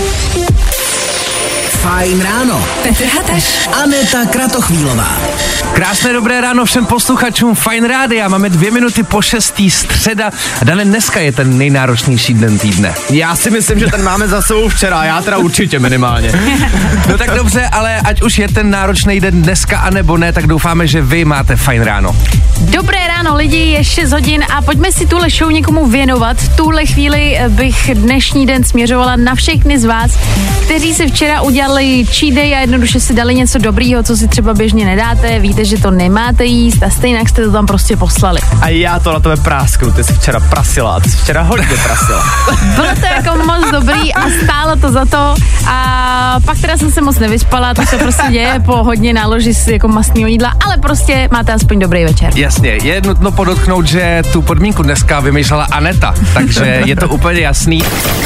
Fajn ráno. Petr Hateš. Aneta Kratochvílová. Krásné dobré ráno všem posluchačům Fajn rádia. Máme 2 minuty po 6. středa. A Dane, dneska je ten nejnáročnější den týdne. Já si myslím, že ten máme za sebou včera, já teda určitě minimálně. No tak dobře, ale ať už je ten náročný den dneska a nebo ne, tak doufáme, že vy máte fajn ráno. Dobré ráno lidi, je 6 hodin a pojďme si tuhle show někomu věnovat. V tuhle chvíli bych dnešní den směřovala na všechny z vás, kteří si včera udělali cheat day a jednoduše si dali něco dobrýho, co si třeba běžně nedáte, víte, že to nemáte jíst a stejně jste to tam prostě poslali. A já to na tebe prásknu, ty jsi včera prasila, ty jsi včera hodně prasila. Bylo to jako moc dobrý a stálo to za to a pak teda jsem se moc nevyspala, to se prostě děje po hodně náloži jako mastného jídla, ale prostě máte aspoň dobrý večer. Jasně, je nutno podotknout, že tu podmínku dneska vymýšlela Aneta, takže je to úplně jasný.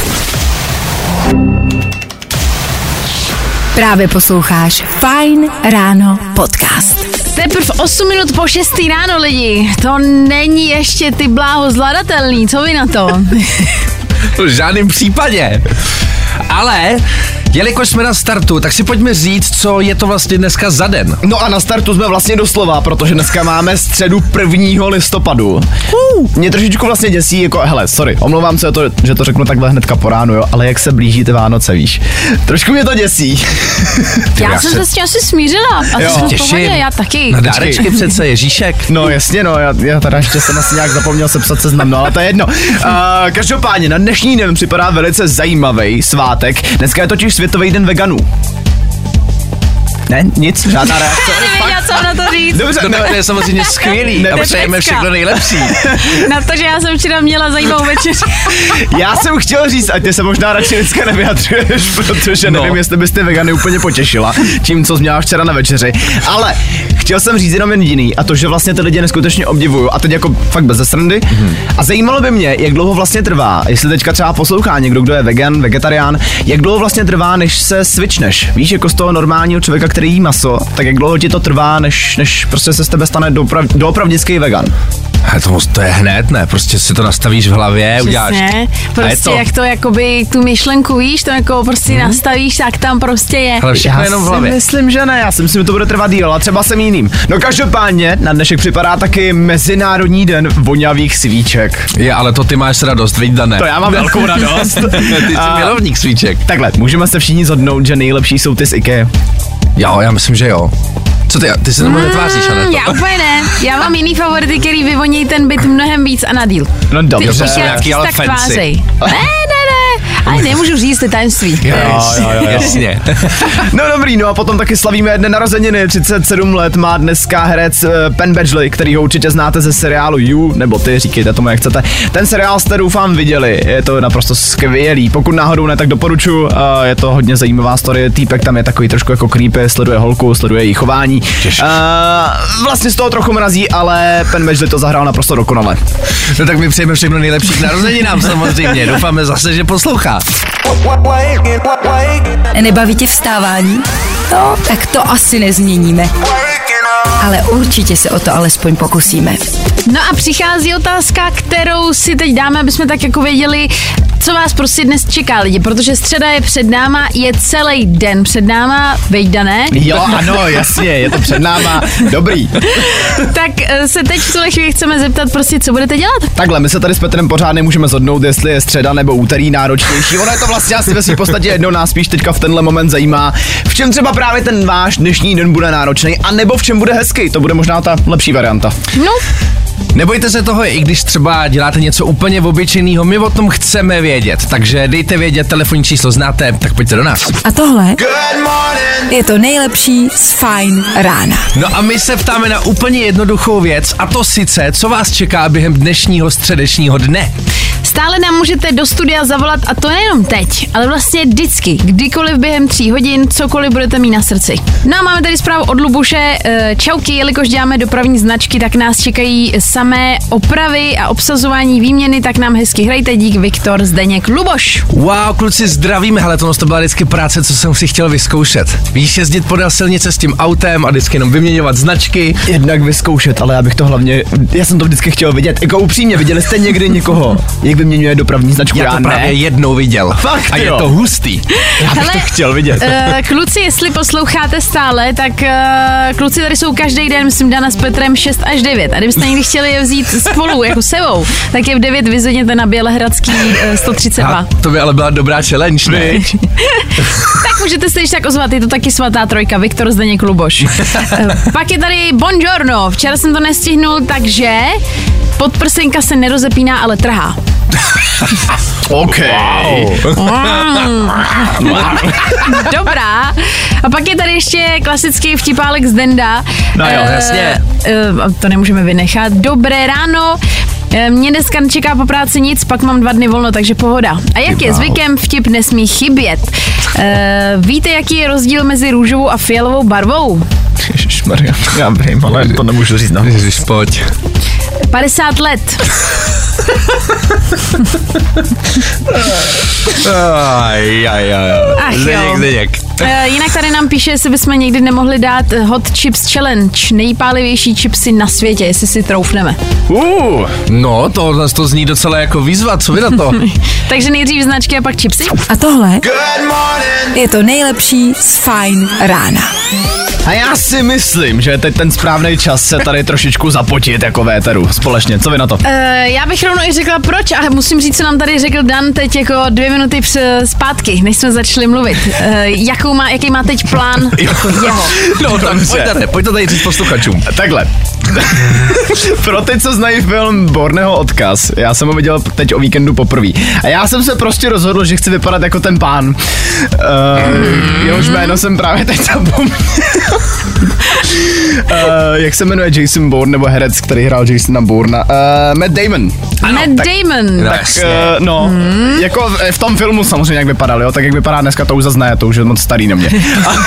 Právě posloucháš Fajn ráno podcast. Teprve 8 minut po 6 ráno, lidi. To není ještě ty bláho zvladatelný, co vy na to? V žádném případě. Ale jelikož jsme na startu, tak si pojďme říct, co je to vlastně dneska za den. No a na startu jsme vlastně doslova, protože dneska máme středu 1. listopadu. Mě trošičku vlastně děsí, jako hele, sorry, omlouvám se to, že to řeknu takhle hnedka po ránu, jo, ale jak se blíží ty Vánoce, víš. Trošku mě to děsí. Já jsem se s tím asi smířila. A to jsem v pohodě, já taky. Na dárečky přece Ježíšek. No jasně, no, já teda ještě jsem asi nějak zapomněl sepsat seznam, no ale to je jedno. Každopádně na dnešní den připadá velice zajímavý svátek. Dneska je totiž Světový den veganů. Ne, nic, žádná reakce. Nevěděla, co na to říct. Dobře, to je samozřejmě skvělý a přejeme všechno nejlepší. Na to, že já jsem včera měla zajímavou večeři. Já jsem chtěl říct, ať ty se možná radši dneska nevyjadřuješ, protože nevím, jestli bys ty vegany úplně potěšila tím, co jsi měla včera na večeři. Ale chtěl jsem říct jenom jen jediný, a to, že vlastně ty lidi neskutečně obdivuju, a teď jako fakt bez srandy. A zajímalo by mě, jak dlouho vlastně trvá, jestli teďka třeba poslouchá někdo, kdo je vegan, vegetarián, jak dlouho vlastně trvá, než se switchneš. Víš, jako z toho normálního člověka, který jí maso, tak jak dlouho ti to trvá, než prostě se z tebe stane doopravdický vegan? To je hned, ne? Prostě si to nastavíš v hlavě, přesně, uděláš. Prostě jak to jakoby tu myšlenku víš, to jako prostě nastavíš, tak tam prostě je. Ale všechno jenom v hlavě. Myslím, že ne, já si myslím, že to bude trvat díl, a třeba jsem jiným. No každopádně, na dnešek připadá taky Mezinárodní den voňavých svíček. Je, ale to ty máš radost, viď, Dane? To já mám velkou radost. Ty jsi milovník svíček. Takhle, můžeme se všichni shodnout, že nejlepší jsou ty z IKEA. Jo, já myslím, že jo. Co ty se tomu netváříš, Aneto? Já úplně ne. Já mám jiný favority, který vyvoní ten byt mnohem víc a na díl. No dobře. Ty nějaký ale tak fancy. tvářej. Ne. Ale nemůžu říct ty tajemství. Jo. Jasně. No dobrý, no a potom taky slavíme jedné narozeniny. 37 let má dneska herec Penn Badgley, který ho určitě znáte ze seriálu You, nebo ty, říkejte tomu, jak chcete. Ten seriál jste doufám viděli, je to naprosto skvělý. Pokud náhodou ne, tak doporučuji, je to hodně zajímavá story. Týpek tam je takový trošku jako creepy, sleduje holku, sleduje její chování. Vlastně z toho trochu mrazí, ale Penn Badgley to zahrál naprosto dokonale. No tak my přejeme všechno nejlepší k narozeninám samozřejmě. Doufáme zase, že poslouchá. Nebaví tě vstávání? No, tak to asi nezměníme. Ale určitě se o to alespoň pokusíme. No a přichází otázka, kterou si teď dáme, aby jsme tak jako věděli, co vás prostě dnes čeká, lidi, protože středa je před náma, je celý den před náma, vejdané. Jo, ano, jasně, je to před náma, dobrý. Tak se teď v tuhle chvíli chceme zeptat prostě, co budete dělat? Takhle, my se tady s Petrem pořád nemůžeme zhodnout, jestli je středa nebo úterý náročnější. Ono je to vlastně asi ve svým podstatě jedno, nás spíš teďka v tenhle moment zajímá, v čem třeba právě ten váš dnešní den bude náročný, a nebo v čem bude hezký, to bude možná ta lepší varianta. No. Nebojte se toho, i když třeba děláte něco úplně obyčejného, my o tom chceme vědět, takže dejte vědět, telefonní číslo znáte, tak pojďte do nás. A tohle je to nejlepší z Fajn rána. No a my se ptáme na úplně jednoduchou věc, a to sice, co vás čeká během dnešního středečního dne. Stále nám můžete do studia zavolat, a to nejenom teď, ale vlastně vždycky, kdykoliv během 3 hodin, cokoliv budete mít na srdci. No a máme tady zprávu od Lubuše. Čauky, jelikož děláme dopravní značky, tak nás čekají samé opravy a obsazování výměny, tak nám hezky hrajte. Dík Viktor, Zdeněk, Luboš. Wow, kluci, zdravíme, hele, to byla vždycky práce, co jsem si chtěl vyzkoušet. Víš, jezdit podél silnice s tím autem a vždycky jenom vyměňovat značky. Jednak vyzkoušet, ale já jsem to vždycky chtěl vidět. Jako upřímně, viděli jste někdy někoho, jak vyměňuje dopravní značku? Já to právě jednou viděl. Fakt, a je jo. to hustý. Já bych to chtěl vidět. Kluci, jestli posloucháte stále, tak kluci tady jsou každý den, myslím, Dana s Petrem 6 až 9. A kdybyste někdy chtěli je vzít spolu, jako sebou, tak je v 9 vyzvedněte na Bělehradský 132. A to by ale byla dobrá challenge, ne? Tak můžete se již tak ozvat, je to taky svatá trojka, Viktor, Zdeněk, Luboš. Pak je tady Buongiorno, včera jsem to nestihnul, takže podprsenka se nerozepíná, ale trhá. OK. Dobrá. A pak je tady ještě klasický vtipálek z Denda. No jo, jasně. To nemůžeme vynechat. Dobré ráno. Mě dneska nečeká po práci nic, pak mám 2 dny volno, takže pohoda. A jak je zvykem, vtip nesmí chybět. Víte, jaký je rozdíl mezi růžovou a fialovou barvou? Ježišmarja, já vím, ale to nemůžu říct. No. Ježiš, pojď. 50 let. Ach jo. Zdeněk. Jinak tady nám píše, jestli bychom někdy nemohli dát Hot Chips Challenge, nejpálivější chipsy na světě, jestli si troufneme. No, to zní docela jako výzva, co vy na to? Takže nejdřív značky a pak chipsy. A tohle je to nejlepší z Fajn rána. A já si myslím, že je teď ten správný čas se tady trošičku zapotit jako véteru společně. Co vy na to? Já bych rovnou i řekla proč a musím říct, co nám tady řekl Dan teď jako 2 minuty zpátky, než jsme začali mluvit. Jaký má teď plán jako jeho? No tak pojď to tady říct posluchačům. Takhle. Pro ty, co znají film Bourneho odkaz, já jsem ho viděl teď o víkendu poprvé. A já jsem se prostě rozhodl, že chci vypadat jako ten pán. Jehož jméno jsem právě teď zapomněl. Jak se jmenuje Jason Bourne, nebo herec, který hrál Jasona Bourna? Matt Damon. Ano, Matt Damon. Tak, jako v tom filmu samozřejmě jak vypadal, jo, tak jak vypadá dneska, to už zase ne, to už je moc starý na mě.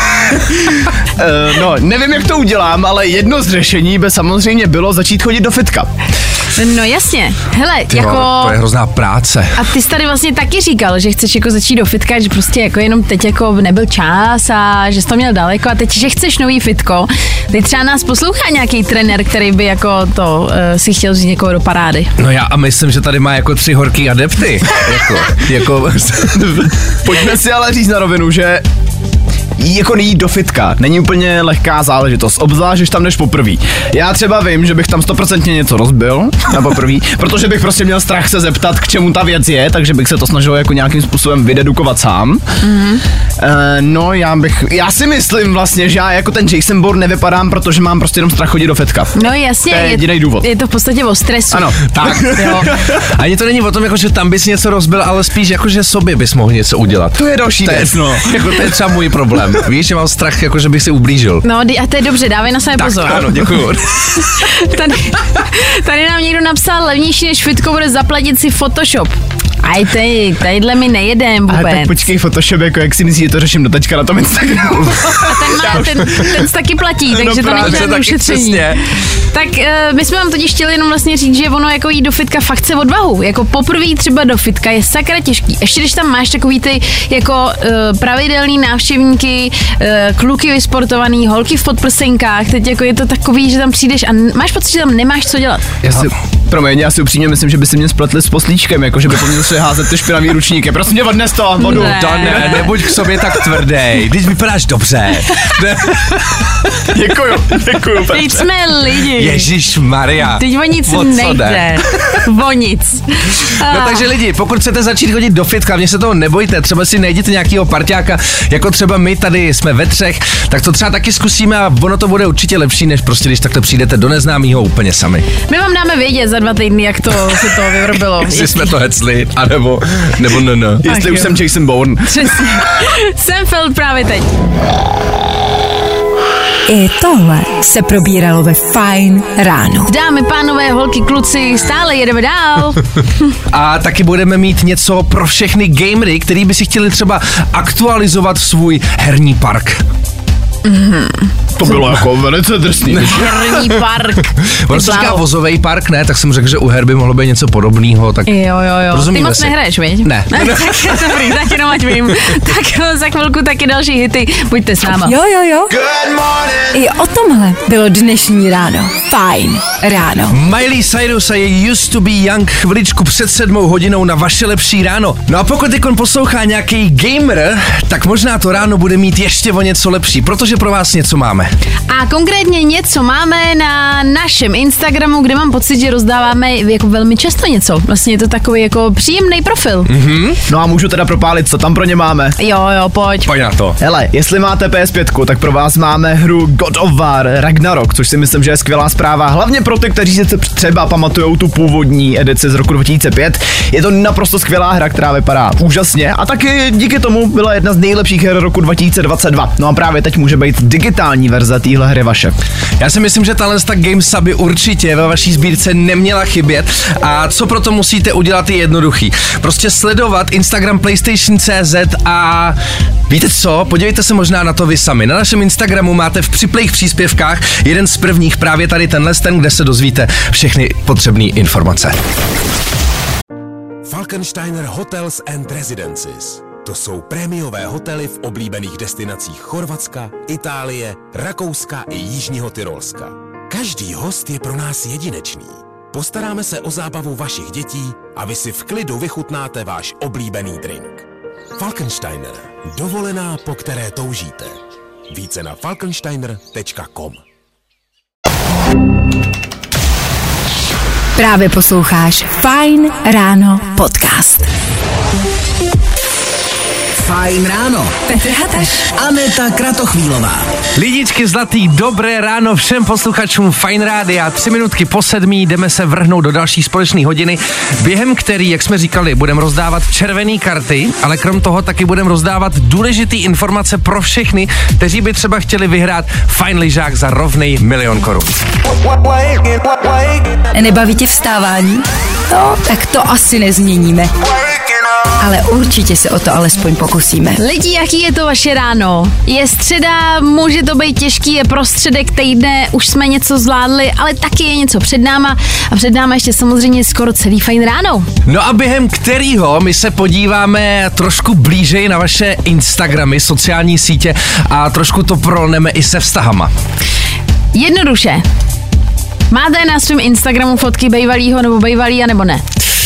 Nevím, jak to udělám, ale jedno z řešení by samozřejmě bylo začít chodit do fitka. No jasně, hele, To je hrozná práce. A ty jsi tady vlastně taky říkal, že chceš jako začít do fitka, že prostě jako jenom teď jako nebyl čas a že jsi to měl daleko a teď, že chceš nový fitko. Teď třeba nás poslouchá nějaký trenér, který by jako to si chtěl vzít někoho do parády. No já a myslím, že tady má jako 3 horký adepty. jako Pojďme si ale říct na rovinu, že jako nejít do fitka není úplně lehká záležitost, obzvlášť, když tam jdeš poprvé. Já třeba vím, že bych tam 100% něco rozbil na poprvé, protože bych prostě měl strach se zeptat, k čemu ta věc je, takže bych se to snažil jako nějakým způsobem vydedukovat sám. Já si myslím vlastně, že já jako ten Jason Bourne nevypadám, protože mám prostě jenom strach chodit do fitka. No jasně, to je jediný důvod. Je to v podstatě o stresu. Ano, tak. Jo. Ani to není o tom, jako, že tam bys něco rozbil, ale spíš jako, že sobě bys mohl něco udělat. To je další věc, no. To je třeba můj problém. Víš, že mám strach, jako že bych si ublížil. No a to je dobře, dávej na sebe pozor. Ano, děkuju. Tady nám někdo napsal, levnější než fitko bude zaplatit si Photoshop. Aj tadyhle mi nejedem vůbec. Ale tak počkej, Photoshop, jako jak si myslíš, že to řeším do teďka na tom Instagramu. A ten taky platí, takže to není žádné ušetření. Tak my jsme vám totiž chtěli jenom vlastně říct, že ono jako jít do fitka fakt chce odvahu. Jako poprvé třeba do fitka je sakra těžký. Ještě když tam máš takový ty jako pravidelný návštěvníky, kluky vysportovaný, holky v podprsenkách, teď jako je to takový, že tam přijdeš a máš pocit, že tam nemáš co dělat. Já si upřímně myslím, že by si mě spletli s poslíčkem, jako že by po mně se házet ty špinavý ručníky. Prostě mě odnes to vodu. Ne. To ne, nebuď k sobě tak tvrdej. Když vypadáš dobře. Děkuju. Teď jsme lidi. Ježišmarja. Teď o nic nejde. O nic. No takže lidi, pokud chcete začít chodit do fitka, mě se toho nebojte, třeba si najděte nějakýho parťáka, jako třeba my tady jsme ve 3, tak to třeba taky zkusíme a ono to bude určitě lepší, než prostě když takhle přijdete do neznámého úplně sami. My vám dáme vědět za 2 týdny, jak to se to vyrobilo. Jestli jsme to hecli, anebo no. Jestli už jsem Jason Bourne. Přesně. Jsem Feld právě teď. I tohle se probíralo ve Fajn ráno. Dámy, pánové, holky, kluci, stále jedeme dál. A taky budeme mít něco pro všechny gamery, který by si chtěli třeba aktualizovat svůj herní park. To bylo jako velice drsný. Herní park. On se říká vozový park, ne? Tak jsem řekl, že u her by mohlo být něco podobného. Tak Jo. rozumíme Ty moc si. nehraješ, viď? Ne. Tak dobrý, tak jenom ať vím. Tak za chvilku taky další hity. Buďte s náma. Jo. I o tomhle bylo dnešní ráno. Fajn ráno. Miley Cyrus a je Used to be Young chviličku před 7 hodinou na vaše lepší ráno. No a pokud teď poslouchá nějaký gamer, tak možná to ráno bude mít ještě o něco lepší, protože pro vás něco máme. A konkrétně něco máme na našem Instagramu, kde mám pocit, že rozdáváme jako velmi často něco. Vlastně je to takový jako příjemný profil. No a můžu teda propálit, co tam pro ně máme. Jo, pojď. Pojď na to. Hele, jestli máte PS5, tak pro vás máme hru God of War Ragnarok, což si myslím, že je skvělá zpráva. Hlavně pro ty, kteří si třeba pamatujou tu původní edici z roku 2005. Je to naprosto skvělá hra, která vypadá úžasně a taky díky tomu byla jedna z nejlepších her roku 2022. No a právě teď může být digitální verze téhle hry vaše. Já si myslím, že tahle GameStop by určitě ve vaší sbírce neměla chybět a co proto musíte udělat je jednoduchý. Prostě sledovat Instagram PlayStation.cz a víte co, podívejte se možná na to vy sami. Na našem Instagramu máte v připlejch příspěvkách jeden z prvních právě tady tenhle, kde se dozvíte všechny potřebné informace. Falkensteiner Hotels and Residences. To jsou prémiové hotely v oblíbených destinacích Chorvatska, Itálie, Rakouska i Jižního Tyrolska. Každý host je pro nás jedinečný. Postaráme se o zábavu vašich dětí a vy si v klidu vychutnáte váš oblíbený drink. Falkensteiner. Dovolená, po které toužíte. Více na falkensteiner.com. Právě posloucháš Fajn ráno podcast. Fajn ráno. Petr Hataš. Aneta Kratochvílová. Lidičky zlatý, dobré ráno všem posluchačům Fajn rádia. 3 minutky po 7 jdeme se vrhnout do další společné hodiny, během který, jak jsme říkali, budeme rozdávat červené karty, ale krom toho taky budeme rozdávat důležité informace pro všechny, kteří by třeba chtěli vyhrát fajn lyžák za rovnej 1 000 000 korun. Nebaví tě vstávání? No, tak to asi nezměníme. Ale určitě se o to alespoň pokusíme. Lidi, jaký je to vaše ráno? Je středa, může to být těžký, je prostředek týdne, už jsme něco zvládli, ale taky je něco před náma a před náma ještě samozřejmě skoro celý Fajn ráno. No a během kterého my se podíváme trošku blížej na vaše Instagramy, sociální sítě a trošku to prolneme i se vztahama. Jednoduše. Máte na svém Instagramu fotky bejvalýho nebo bejvalý a nebo ne?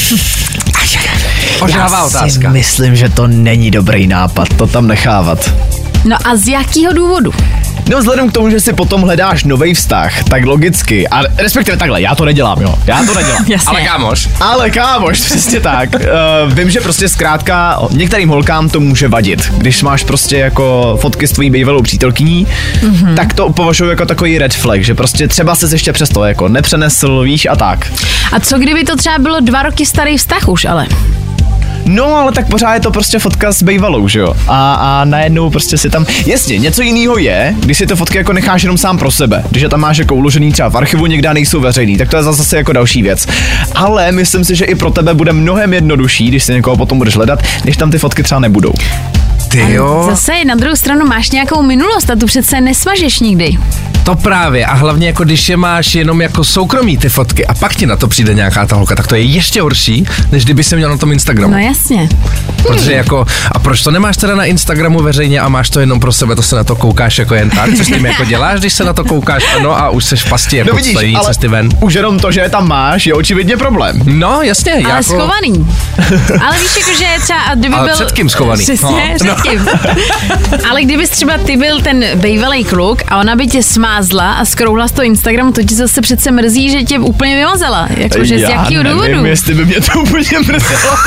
Ožává otázka. Myslím, že to není dobrý nápad to tam nechávat. No a z jakého důvodu? No vzhledem k tomu, že si potom hledáš nový vztah, tak logicky, a respektive takhle, já to nedělám, jo, Jasně. Ale kámoš, Přesně tak. Vím, že prostě zkrátka některým holkám to může vadit. Když máš prostě jako fotky s tvojí bývalou přítelkyní, tak to považuji jako takový red flag, že prostě třeba se ještě přesto jako nepřenesl, víš a tak. A co kdyby to třeba bylo 2 roky starý vztah už, ale? No, ale tak pořád je to prostě fotka s bejvalou, že jo? A najednou prostě si tam... Jasně, něco jiného je, když si ty fotky jako necháš jenom sám pro sebe. Když je tam máš jako uložený třeba v archivu, někde nejsou veřejný, tak to je zase jako další věc. Ale myslím si, že i pro tebe bude mnohem jednodušší, když si někoho potom budeš hledat, než tam ty fotky třeba nebudou. ty jo. Zase na druhou stranu máš nějakou minulost a tu přece nesmažeš nikdy. To právě a hlavně jako když je máš jenom jako soukromí ty fotky a pak ti na to přijde nějaká ta holka, tak to je ještě horší, než kdyby se měl na tom Instagramu. No jasně. Protože jako, a proč to nemáš teda na Instagramu veřejně a máš to jenom pro sebe, to se na to koukáš jako jen tak, co s tím jako děláš, když se na to koukáš, ano a už seš v pasti jako vidíš, stojí cesty ven. Už jenom to, že je tam máš, je očividně problém. No jasně. Ale jako... schovaný. Ale víš jako, že třeba kdyby ale byl... před kým schovaný? Přesně, před kým. Ale kdybys třeba ty byl ten bejvalej kluk a ona by tě smázla a skrouhla z toho Instagramu, to ti zase přece mrzí, že tě úplně vymazala. Jakože z jakého důvodu? Já nevím, jestli by mě to úplně mrzelo.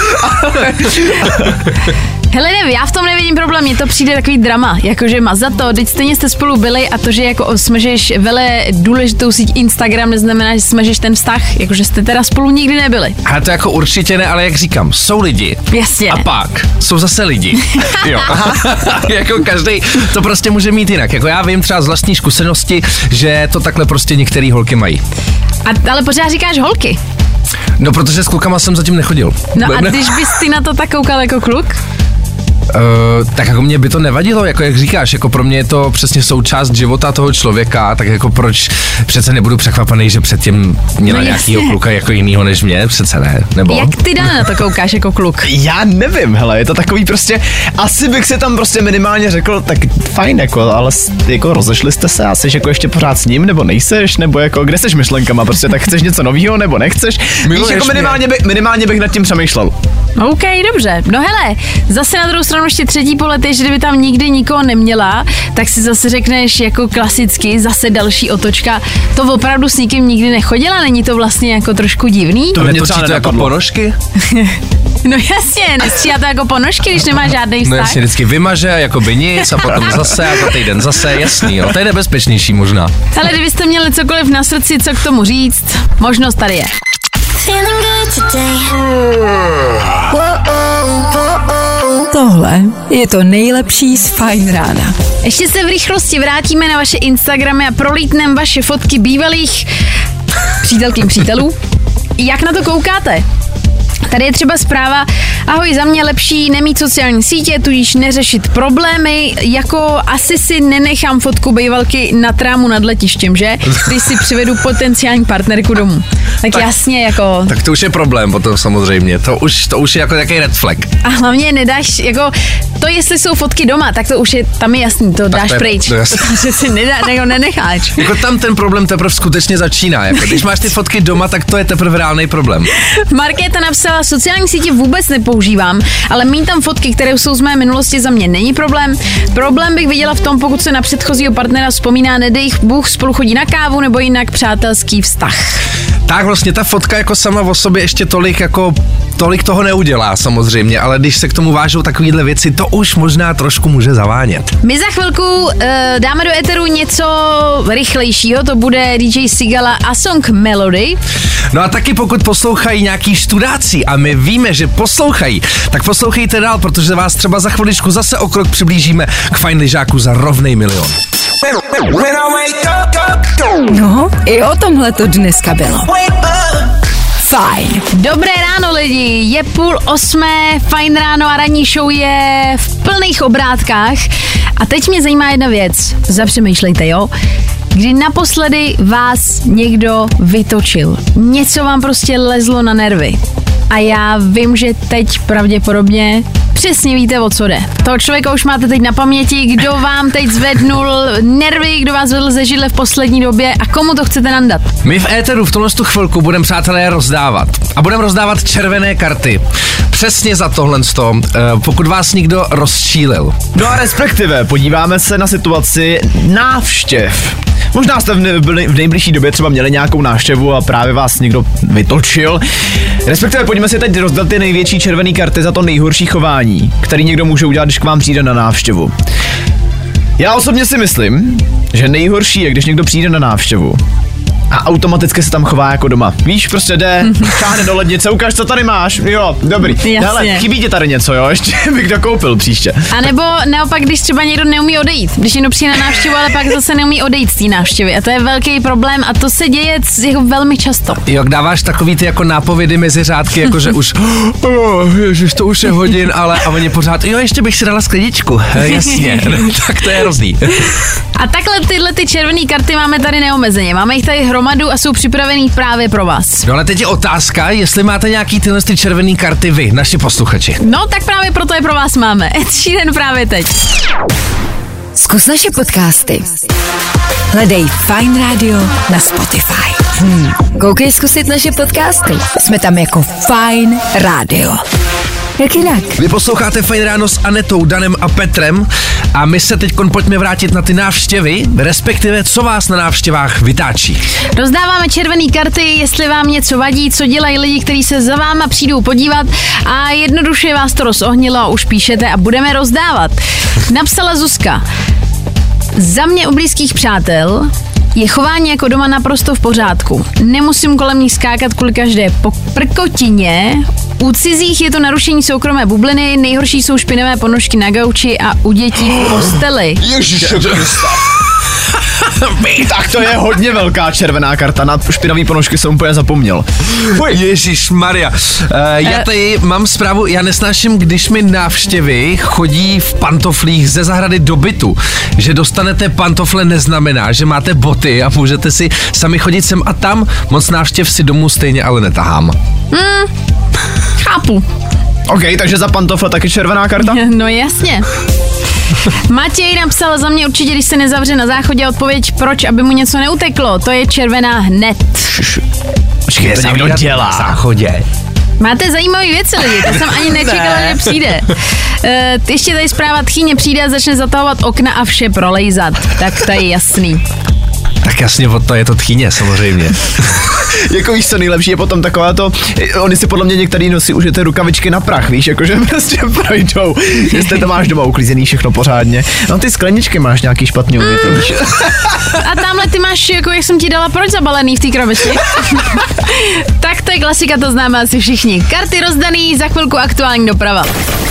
Hele, nevím, já v tom nevidím problém, mně to přijde takový drama, jakože mazat to, teď stejně jste spolu byli a to, že jako smažeš vele důležitou síť Instagram, neznamená, že smažeš ten vztah, jakože jste teda spolu nikdy nebyli. A to jako určitě ne, ale jak říkám, jsou lidi. Jasně. A pak jsou zase lidi. Jo. Jako každý to prostě může mít jinak. Jako já vím třeba z vlastní zkušenosti, že to takhle prostě některé holky mají. Ale pořád říkáš holky. No, protože s klukama jsem zatím nechodil. No a když bys ty na to tak koukal jako kluk? Tak jako mě by to nevadilo, jako jak říkáš, jako pro mě je to přesně součást života toho člověka, tak jako proč přece nebudu překvapený, že předtím měla nějakýho kluka jako jinýho než mě, přece ne, nebo? Jak ty, Dana, na to koukáš jako kluk? Já nevím, hele, je to takový prostě, asi bych si tam prostě minimálně řekl, tak fajn, jako, ale jako rozešli jste se a jsi jako ještě pořád s ním, nebo nejseš, nebo jako kde seš myšlenkama, prostě tak chceš něco novýho, nebo nechceš? Víš, jako minimálně bych nad tím přemýšlel. OK, dobře. No hele, zase na druhou stranu ještě třetí pohled je, že kdyby tam nikdy nikoho neměla, tak si zase řekneš jako klasicky, zase další otočka, to opravdu s nikým nikdy nechodila, není to vlastně jako trošku divný? To netočí to jako ponožky? No jasně, nestříhá to jako ponožky, když nemá žádný vztah. No jasně, vždycky vymaže, jako by nic a potom zase a za týden zase, jasný, jo, to je nebezpečnější možná. Ale kdybyste měli cokoliv na srdci, co k tomu říct, možnost tady je. Tohle je to nejlepší z Fajn rána. Ještě se v rychlosti vrátíme na vaše Instagramy a prolítneme vaše fotky bývalých přítelů. Jak na to koukáte? Tady je třeba zpráva, ahoj, za mě lepší nemít sociální sítě, tudíž neřešit problémy, jako asi si nenechám fotku bejvalky na trámu nad letištěm, že? Když si přivedu potenciální partnerku domů. Tak jasně, jako... Tak to už je problém potom samozřejmě, to už je jako takový red flag. A hlavně nedáš, jako to, jestli jsou fotky doma, tak to už je, tam je jasný, to dáš pryč. To že si nenecháš. Jako tam ten problém teprve skutečně začíná, jako když máš ty fotky doma, tak to je teprve reálný problém. Markéta napsala, sociální sítě vůbec nepoužívám, ale mít tam fotky, které jsou z mé minulosti, za mě není problém. Problém bych viděla v tom, pokud se na předchozího partnera vzpomíná, nedej Bůh, spolu chodí na kávu nebo jinak přátelský vztah. Tak vlastně ta fotka jako sama o sobě ještě tolik toho neudělá samozřejmě, ale když se k tomu vážou takovýhle věci, to už možná trošku může zavánět. My za chvilku dáme do éteru něco rychlejšího, to bude DJ Sigala a song Melody. No a taky pokud poslouchají nějaký študáci a my víme, že poslouchají, tak poslouchejte dál, protože vás třeba za chviličku zase o krok přiblížíme k Fajn lyžáku za rovnej milion. No, i o tomhle to dneska bylo. Fajn. Dobré ráno lidi, je 7:30, Fajn ráno a ranní show je v plných obrátkách. A teď mě zajímá jedna věc, zapřemýšlejte, jo? Kdy naposledy vás někdo vytočil, něco vám prostě lezlo na nervy. A já vím, že teď pravděpodobně přesně víte, o co jde. Toho člověka už máte teď na paměti, kdo vám teď zvednul nervy, kdo vás vedl ze židle v poslední době a komu to chcete nandat. My v éteru v tomhle chvilku budeme, přátelé, rozdávat. A budeme rozdávat červené karty. Přesně za tohle, pokud vás někdo rozčílil. No a respektive podíváme se na situaci návštěv. Možná jste v nejbližší době třeba měli nějakou návštěvu a právě vás někdo vytočil. Respektive pojďme si teď rozdat ty největší červené karty za to nejhorší chování, který někdo může udělat, když k vám přijde na návštěvu. Já osobně si myslím, že nejhorší je, když někdo přijde na návštěvu a automaticky se tam chová jako doma. Víš, prostě jde, šáhne do lednice, ukáž, co tady máš. Jo, dobrý. Hele, chybí ti tady něco, jo, ještě bych dokoupil příště. A nebo naopak, když třeba někdo neumí odejít. Když někdo přijde na návštěvu, ale pak zase neumí odejít z té návštěvy. A to je velký problém a to se děje jako velmi často. Jo, dáváš takový ty jako nápovědy mezi řádky, jako že už, ježiš, to už je hodin, ale a oni pořád, jo, ještě bych si dala skleničku. Jasně, tak to je hrozný. A takhle tyhle ty červené karty máme tady neomezeně. Máme jich tady hromadu a jsou připravený právě pro vás. No ale teď je otázka, jestli máte nějaký tyhle ty červené karty vy, naši posluchači. No tak právě proto je pro vás máme. Ed Sheeran právě teď. Zkus naše podcasty. Hledej Fajn Radio na Spotify. Koukej zkusit naše podcasty. Jsme tam jako Fajn Radio. Jak jinak? Vy posloucháte Fajn ráno s Anetou, Danem a Petrem a my se teď pojďme vrátit na ty návštěvy, respektive co vás na návštěvách vytáčí. Rozdáváme červené karty, jestli vám něco vadí, co dělají lidi, kteří se za váma přijdou podívat a jednoduše vás to rozohnilo a už píšete a budeme rozdávat. Napsala Zuzka. Za mě u blízkých přátel je chování jako doma naprosto v pořádku. Nemusím kolem nich skákat kvůli každé prkotině. U cizích je to narušení soukromé bubliny, nejhorší jsou špinavé ponožky na gauči a u dětí v posteli. Tak to je hodně velká červená karta, na špinavý ponožky jsem úplně zapomněl. Ježišmarja. Já tady mám zprávu, já nesnáším, když mi návštěvy chodí v pantoflích ze zahrady do bytu. Že dostanete pantofle neznamená, že máte boty a můžete si sami chodit sem a tam. Moc návštěv si domů stejně ale netahám. Chápu. OK, takže za pantofle taky červená karta? No jasně. Matěj napsal za mě určitě, když se nezavře na záchodě, odpověď proč, aby mu něco neuteklo. To je červená hned. Počkej, to někdo dělá. Na záchodě. Máte zajímavé věci, lidi, to jsem ani nečekala, že přijde. Ještě tady zpráva, tchýně přijde a začne zatahovat okna a vše prolejzat. Tak to je jasný. Tak jasně, to je to tchýně samozřejmě. Jako víš co, nejlepší je potom taková to, oni si podle mě některý nosí už ty rukavičky na prach, víš, jakože prostě projdou, jestli to máš doma uklízený všechno pořádně. No ty skleničky máš nějaký špatný umět, víš. A tamhle ty máš, jako jak jsem ti dala, proč zabalený v té krabici? Tak to je klasika, to známe asi všichni. Karty rozdaný, za chvilku aktuální doprava.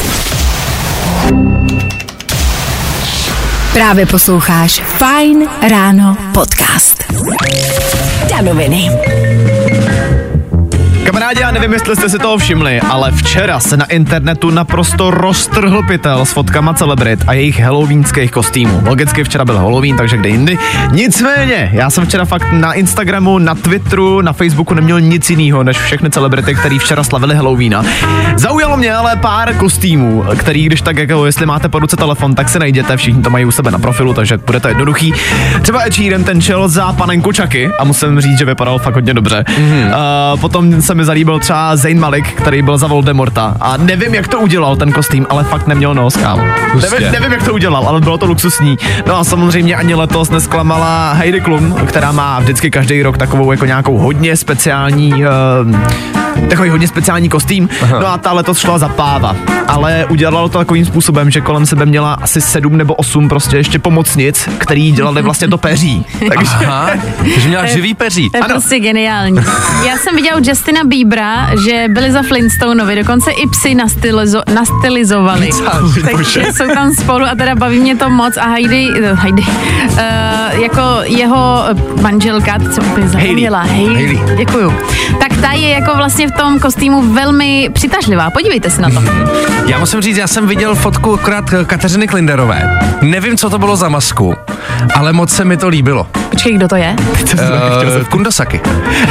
Právě posloucháš Fajn ráno podcast. Danoviny. Kamarádi, já nevím, jestli jste si toho všimli, ale včera se na internetu naprosto roztrhl pytel s fotkama celebrit a jejich halloweenských kostýmů. Logicky včera byl Halloween, takže kde jindy. Nicméně, já jsem včera fakt na Instagramu, na Twitteru, na Facebooku neměl nic jiného, než všechny celebrity, který včera slavili Halloweena. Zaujalo mě ale pár kostýmů, který, když tak jako, jestli máte po ruce telefon, tak se najděte, všichni to mají u sebe na profilu, takže bude to jednoduchý. Třeba Ed Sheeran, ten šel za panenku Chucky a musím říct, že vypadal fakt hodně dobře. Potom se mi zalíbil třeba Zayn Malik, který byl za Voldemorta a nevím, jak to udělal ten kostým, ale fakt neměl nos, kámo. Nevím, jak to udělal, ale bylo to luxusní. No a samozřejmě ani letos nesklamala Heidi Klum, která má vždycky každý rok takovou jako nějakou hodně speciální takový hodně speciální kostým. Aha. No a ta letos šla za páva, ale udělala to takovým způsobem, že kolem sebe měla asi 7 nebo 8 prostě ještě pomocnic, který dělali vlastně to peří. Takže měla živý peří. To je prostě geniální. Já jsem viděla u Justina Biebera, že byli za Flintstonovi, dokonce i psy nastylizovali. Takže jsou tam spolu a teda baví mě to moc a Heidi jako jeho manželka, co úplně zapomněla. Hailey. Děkuju. Tak ta je jako vlastně v tom kostýmu velmi přitažlivá. Podívejte se na to. Já musím říct, já jsem viděl fotku akorát Kateřiny Klinderové. Nevím, co to bylo za masku, ale moc se mi to líbilo. Počkej, kdo to je? Kundosaki.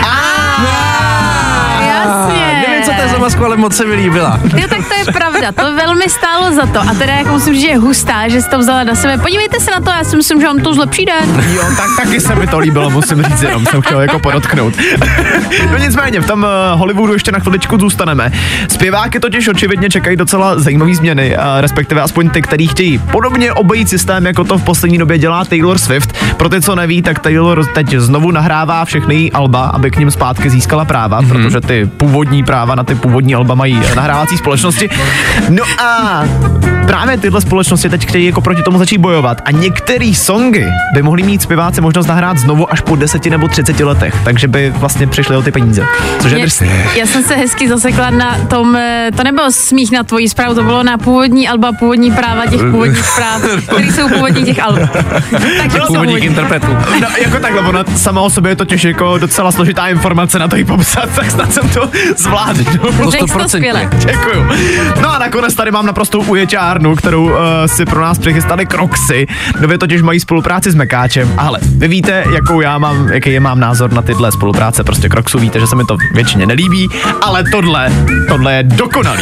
Jasně. Nevím, co to je za masku, ale moc se mi líbila. Jo, tak to je pravda, to velmi stálo za to. A teda jako musím říct, že je hustá, že jsi to vzala na sebe. Podívejte se na to, já si myslím, že vám to zlepší den. Jo, tak taky se mi to líbilo, musím říct, jenom jsem chtěl jako podotknout. No nicméně, v tom Hollywoodu ještě na chviličku zůstaneme. Zpěváky totiž očividně čekají docela zajímavé změny, respektive aspoň ty, který chtějí podobně obejít systém, jako to v poslední době dělá Taylor Swift. Pro ty, co neví, tak Taylor teď znovu nahrává všechny její alba, aby k nim zpátky získala práva, protože ty původní práva na ty původní alba mají nahrávací společnosti. No a právě tyhle společnosti teď chtějí jako proti tomu začít bojovat a některé songy by mohli mít zpěváci možnost nahrát znovu až po 10 nebo 30 letech, takže by vlastně přišli o ty peníze. Což je drsné. Já jsem se hezky zasekla na tom, to nebylo smích na tvoji zprávu, to bylo na původní alba, původní práva těch původních zpráv, které jsou původní těch alb. Takže původních interpretů. No jako takhle, ona sama o sobě je totiž jako docela složitá informace na to jí popsat, tak snad jsem to zvládl. Děkuju. No a nakonec tady mám naprostou ujeťárnu, kterou si pro nás přichystali Crocsy. Nově totiž mají spolupráci s Mekáčem. Ale vy víte, jaký mám názor na tyhle spolupráce. Prostě Crocsů víte, že se mi to většině nelíbí, ale tohle je dokonalý.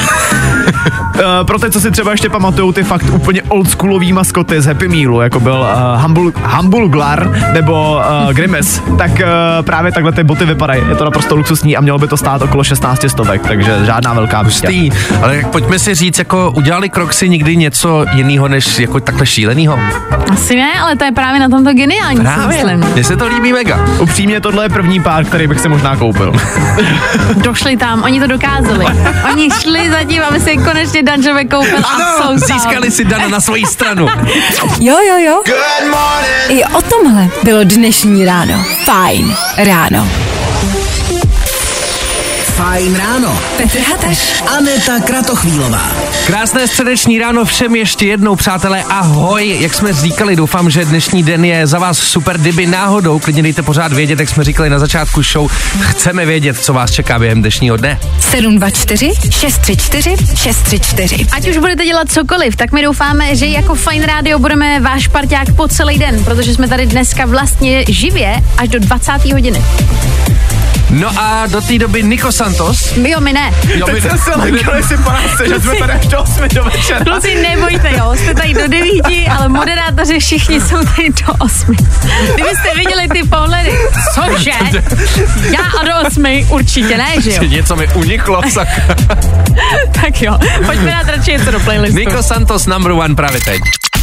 Pro ty, co si třeba ještě pamatujou ty fakt úplně oldschoolový maskoty z Happy Mealu, jako byl Humbuglar nebo Grimace, tak právě takhle ty boty vypadají. Je to naprosto luxusní a mělo by to stát okolo 16 stovek, takže žádná velká pustí. Ale pojďme si říct, jako udělali Crocsy někdy něco jiného než jako takhle šílenýho? Asi ne, ale to je právě na tomto geniální. Mně se to líbí mega. Upřímně tohle je první pár, který bych si možná koupil. Došli tam, oni to dokázali. Oni šli zatím, aby si konečně Danžové koupil a jsou získali si Dana na svoji stranu. Jo. I o tomhle bylo dnešní ráno. Fajn ráno. Fajn ráno. Petr Hataš. Aneta Kratochvílová. Krásné středeční ráno všem ještě jednou, přátelé, ahoj. Jak jsme říkali, doufám, že dnešní den je za vás super, kdyby náhodou, klidně dejte pořád vědět, jak jsme říkali na začátku show, chceme vědět, co vás čeká během dnešního dne. 724 634 634. Ať už budete dělat cokoliv, tak my doufáme, že jako Fajn rádio budeme váš parťák po celý den, protože jsme tady dneska vlastně živě až do 20. hodiny. No a do té doby Nico Santos. Jo, my ne. Jo, Teď jsme se lekali si po nás, že jsme tady až do 8 do večera. Kluci, nebojte, jo, jste tady do 9, ale moderátoři všichni jsou tady do 8. Kdybyste viděli ty pohledy, cože? Já a do 8 určitě ne, že jo? Něco mi uniklo, sakra. Tak jo, pojďme dát radši něco do playlistu. Nico Santos number one právě teď.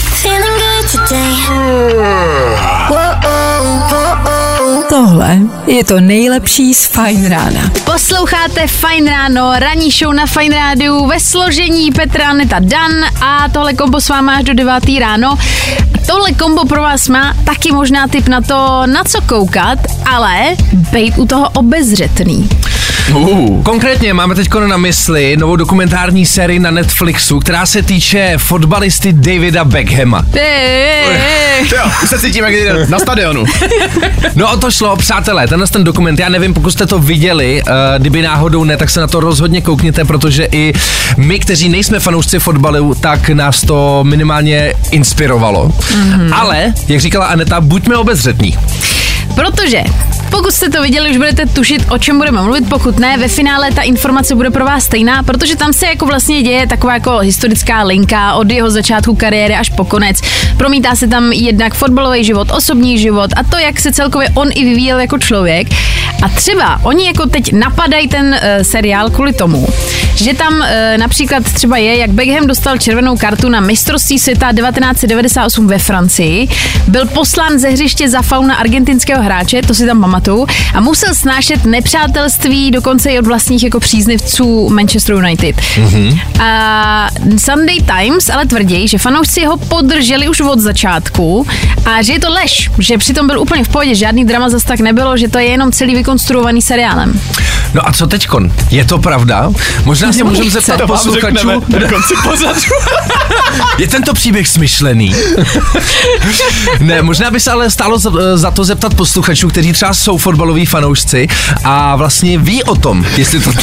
Tohle je to nejlepší z Fajn rána. Posloucháte Fajn ráno, ranní show na Fajn rádiu ve složení Petra, Aneta, Dan a tohle kombo s váma až do 9 ráno. Tohle kombo pro vás má taky možná tip na to, na co koukat, ale bejt u toho obezřetný. Konkrétně máme teď na mysli novou dokumentární sérii na Netflixu, která se týče fotbalisty Davida Beckhama. Jo, už se cítím jak jde na stadionu. No o to šlo, přátelé, ten dokument, já nevím, pokud jste to viděli, kdyby náhodou ne, tak se na to rozhodně koukněte, protože i my, kteří nejsme fanoušci fotbalu, tak nás to minimálně inspirovalo. Mm-hmm. Ale, jak říkala Aneta, buďme obezřetní. Protože pokud jste to viděli, už budete tušit, o čem budeme mluvit, pokud ne, ve finále ta informace bude pro vás stejná, protože tam se jako vlastně děje taková jako historická linka od jeho začátku kariéry až po konec. Promítá se tam jednak fotbalový život, osobní život a to, jak se celkově on i vyvíjel jako člověk. A třeba oni jako teď napadají ten seriál kvůli tomu, že tam například třeba je, jak Beckham dostal červenou kartu na mistrovství světa 1998 ve Francii, byl poslán ze hřiště za faul na argentinského hráče, to si tam pamatuju, a musel snášet nepřátelství dokonce i od vlastních jako příznivců Manchester United. Mm-hmm. A Sunday Times ale tvrdí, že fanoušci ho podrželi už od začátku a že je to lež, že přitom byl úplně v pohodě, žádný drama zas tak nebylo, že to je jenom celý vykonstruovaný seriálem. No a co teďkon? Je to pravda? Možná se můžeme zeptat posluchačů. Na konci pořadu. Je tento příběh smyšlený? Ne, možná by se ale stálo za to zeptat posluchačů, kteří třeba jsou fotbaloví fanoušci a vlastně ví o tom, jestli to...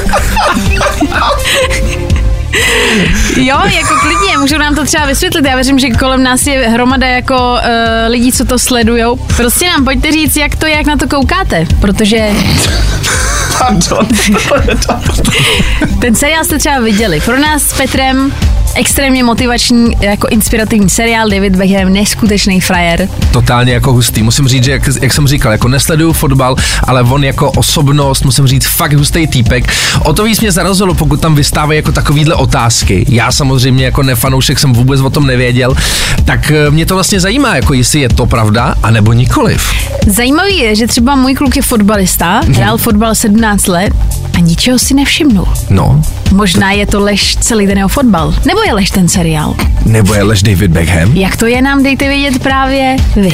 Jo, jako klidně, můžou nám to třeba vysvětlit, já věřím, že kolem nás je hromada jako lidí, co to sledujou. Prostě nám pojďte říct, jak to je, jak na to koukáte, protože... Pardon. Ten seriál jste třeba viděli. Pro nás s Petrem extrémně motivační, jako inspirativní seriál, David Beckham, neskutečný frajer. Totálně jako hustý. Musím říct, že jak jsem říkal, jako nesleduju fotbal, ale on jako osobnost, musím říct, fakt hustý týpek. O to víc mě zarazilo, pokud tam vystávají jako takovýhle otázky. Já samozřejmě jako nefanoušek jsem vůbec o tom nevěděl, tak mě to vlastně zajímá, jako jestli je to pravda, anebo nikoliv. Zajímavý je, že třeba můj kluk je fotbalista, hrál fotbal 17 let a ničeho si nevšimnul. No. Možná je to lež celý den o fotbal. Nebo je lež ten seriál? Nebo je lež David Beckham? Jak to je, nám dejte vědět právě vy.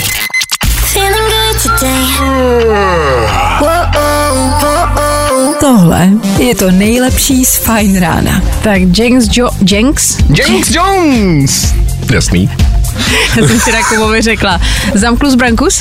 Tohle je to nejlepší z Fajn rána. Tak Jenks Jones! Jasný. Já jsem si Rakubovi řekla, zamklus brankus?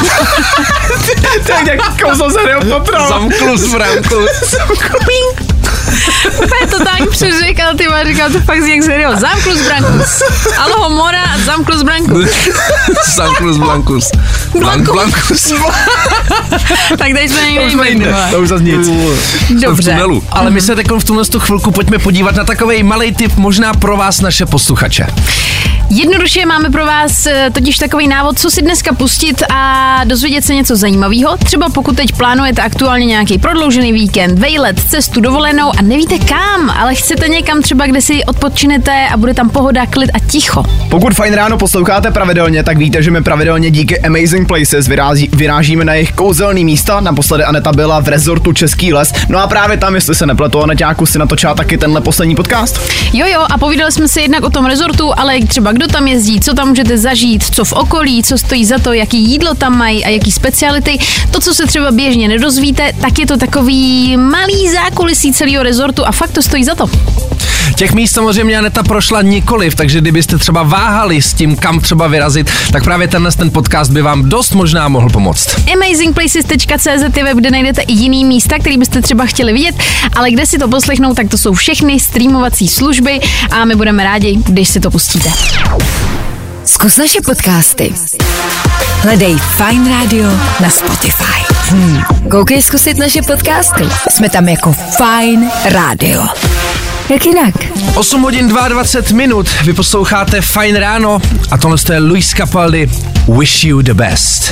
Tak jak kouzlo se neopotral. Zamklus brankus. Úplně to tak přeřekal, ty máš říkal to fakt jak seriál. Zamklus brankus. Aloho mora, zamklus brankus. Zamklus brankus. Blankus. Tak tady jsme někde To už zase nic. Dobře. Ale my se teď v tuhle chvilku pojďme podívat na takovej malej tip možná pro vás, naše posluchače. Jednoduše máme pro vás totiž takový návod, co si dneska pustit a dozvědět se něco zajímavého. Třeba pokud teď plánujete aktuálně nějaký prodloužený víkend, vejlet, cestu, dovolenou a nevíte kam, ale chcete někam třeba, kde si odpočinete a bude tam pohoda, klid a ticho. Pokud Fajn ráno posloucháte pravidelně, tak víte, že my pravidelně díky Amazing Places vyrážíme na jejich kouzelný místa. Naposledy Aneta byla v rezortu Český les. No a právě tam, jestli se nepletu, Aneťáku, si natočila taky tenhle poslední podcast. Jo, a povídali jsme si jednak o tom rezortu, ale i třeba kdo tam jezdí, co tam můžete zažít, co v okolí, co stojí za to, jaký jídlo tam mají a jaký speciality. To, co se třeba běžně nedozvíte, tak je to takový malý zákulisí celého rezortu a fakt to stojí za to. Těch míst samozřejmě Aneta prošla nikoliv, takže kdybyste třeba váhali s tím, kam třeba vyrazit, tak právě ten podcast by vám dost možná mohl pomoct. Amazingplaces.cz je web, kde najdete i jiný místa, který byste třeba chtěli vidět, ale kde si to poslechnout, tak to jsou všechny streamovací služby a my budeme rádi, když si to pustíte. Zkus naše podcasty. Hledej Fine Radio na Spotify. Koukej zkusit naše podcasty. Jsme tam jako Fine Radio. Jak jinak? 8 hodin 22 minut, vy posloucháte Fajn ráno a tohle je Luis Capaldi, Wish You the Best.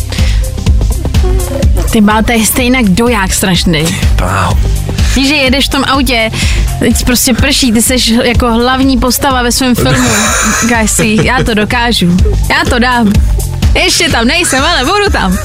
Ty máte stejnak doják strašný. Wow. Víš, že jedeš v tom autě, teď prostě prší, ty seš jako hlavní postava ve svém filmu. Říkáš si, já to dokážu, já to dám. Ještě tam nejsem, ale budu tam.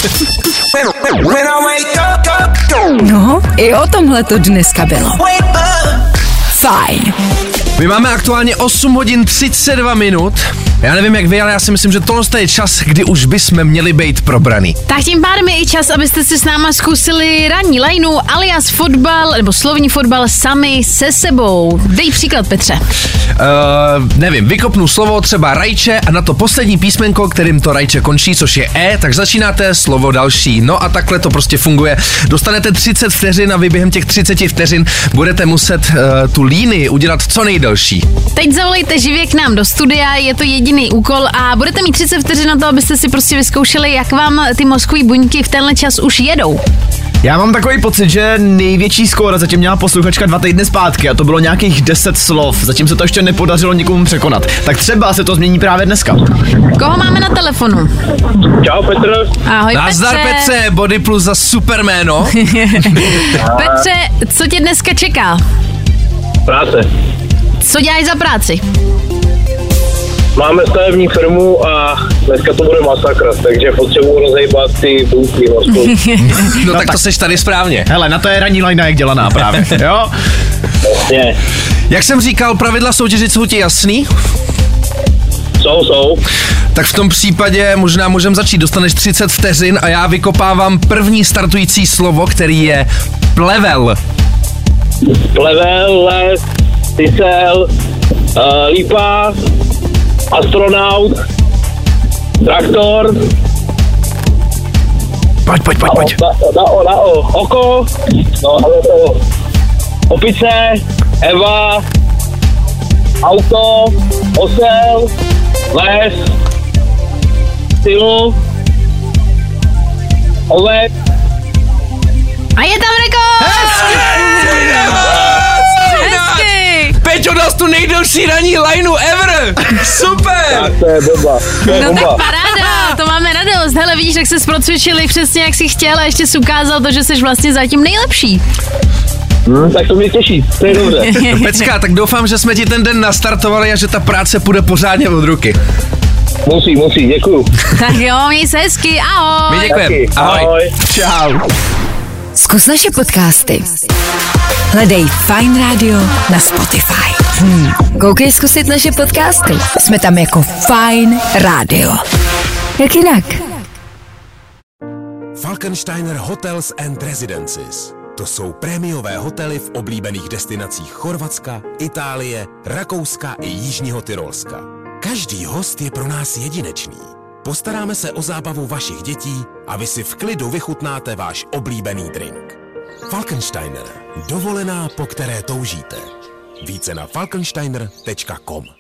No, i o tomhle to dneska bylo. Fajn. My máme aktuálně 8 hodin 32 minut. Já nevím jak vy, ale já si myslím, že tohle je čas, kdy už bychom měli být probraný. Tak tím pádem je i čas, abyste si s náma zkusili ranní lajnu alias fotbal, nebo slovní fotbal sami se sebou. Dej příklad, Petře. Nevím, vykopnu slovo třeba rajče a na to poslední písmenko, kterým to rajče končí, což je E, tak začínáte slovo další. No a takhle to prostě funguje. Dostanete 30 vteřin a vy během těch 30 vteřin budete muset tu línii udělat co nejdelší. Teď zavolejte živě k nám do studia, je to jediný úkol a budete mít 30 vteřin na to, abyste si prostě vyzkoušeli, jak vám ty mozkový buňky v tenhle čas už jedou. Já mám takový pocit, že největší skóre zatím měla posluchačka 2 týdny zpátky a to bylo nějakých 10 slov. Zatím se to ještě nepodařilo nikomu překonat. Tak třeba se to změní právě dneska. Koho máme na telefonu? Čau Petr. Ahoj Nazdar Petře, Body Plus za super jméno. Petře, co tě dneska čeká? Práce. Co děláš za práci? Máme stavební firmu a dneska to bude masakr, takže potřebuji rozejbat ty buňky mozku. No tak to seš tady správně. Hele, na to je ranní lajna jak dělaná právě, jo? Jasně. Jak jsem říkal, pravidla soutěže jsou ti jasný? Jsou. Tak v tom případě možná můžeme začít. Dostaneš 30 vteřin a já vykopávám první startující slovo, který je plevel. Plevel, les, tysel, lípa, astronaut, traktor. Pojď. Na oko, no ale to opice, Eva, auto, osel, les, styl, ovec. A je tam rekord! Hezky! Peťo dal tu nejdelší ranní lineu ever! Super! To je bomba. No tak paráda, to máme radost. Hele, vidíš, jak se procvičili přesně jak jsi chtěl a ještě jsi ukázal to, že jsi vlastně zatím nejlepší. Tak to mě těší, to je dobře. Pecka, tak doufám, že jsme ti ten den nastartovali a že ta práce půjde pořádně od ruky. Musí, děkuju. Tak jo, měj se hezky, ahoj. My děkujeme. Ahoj. Čau. Zkus naše podcasty. Hledej Fine Radio na Spotify. Koukej zkusit naše podcasty. Jsme tam jako Fine Radio. Jak jinak? Falkensteiner Hotels and Residences. To jsou prémiové hotely v oblíbených destinacích Chorvatska, Itálie, Rakouska i Jižního Tyrolska. Každý host je pro nás jedinečný. Postaráme se o zábavu vašich dětí a vy si v klidu vychutnáte váš oblíbený drink. Falkensteiner. Dovolená, po které toužíte. Více na falkensteiner.com.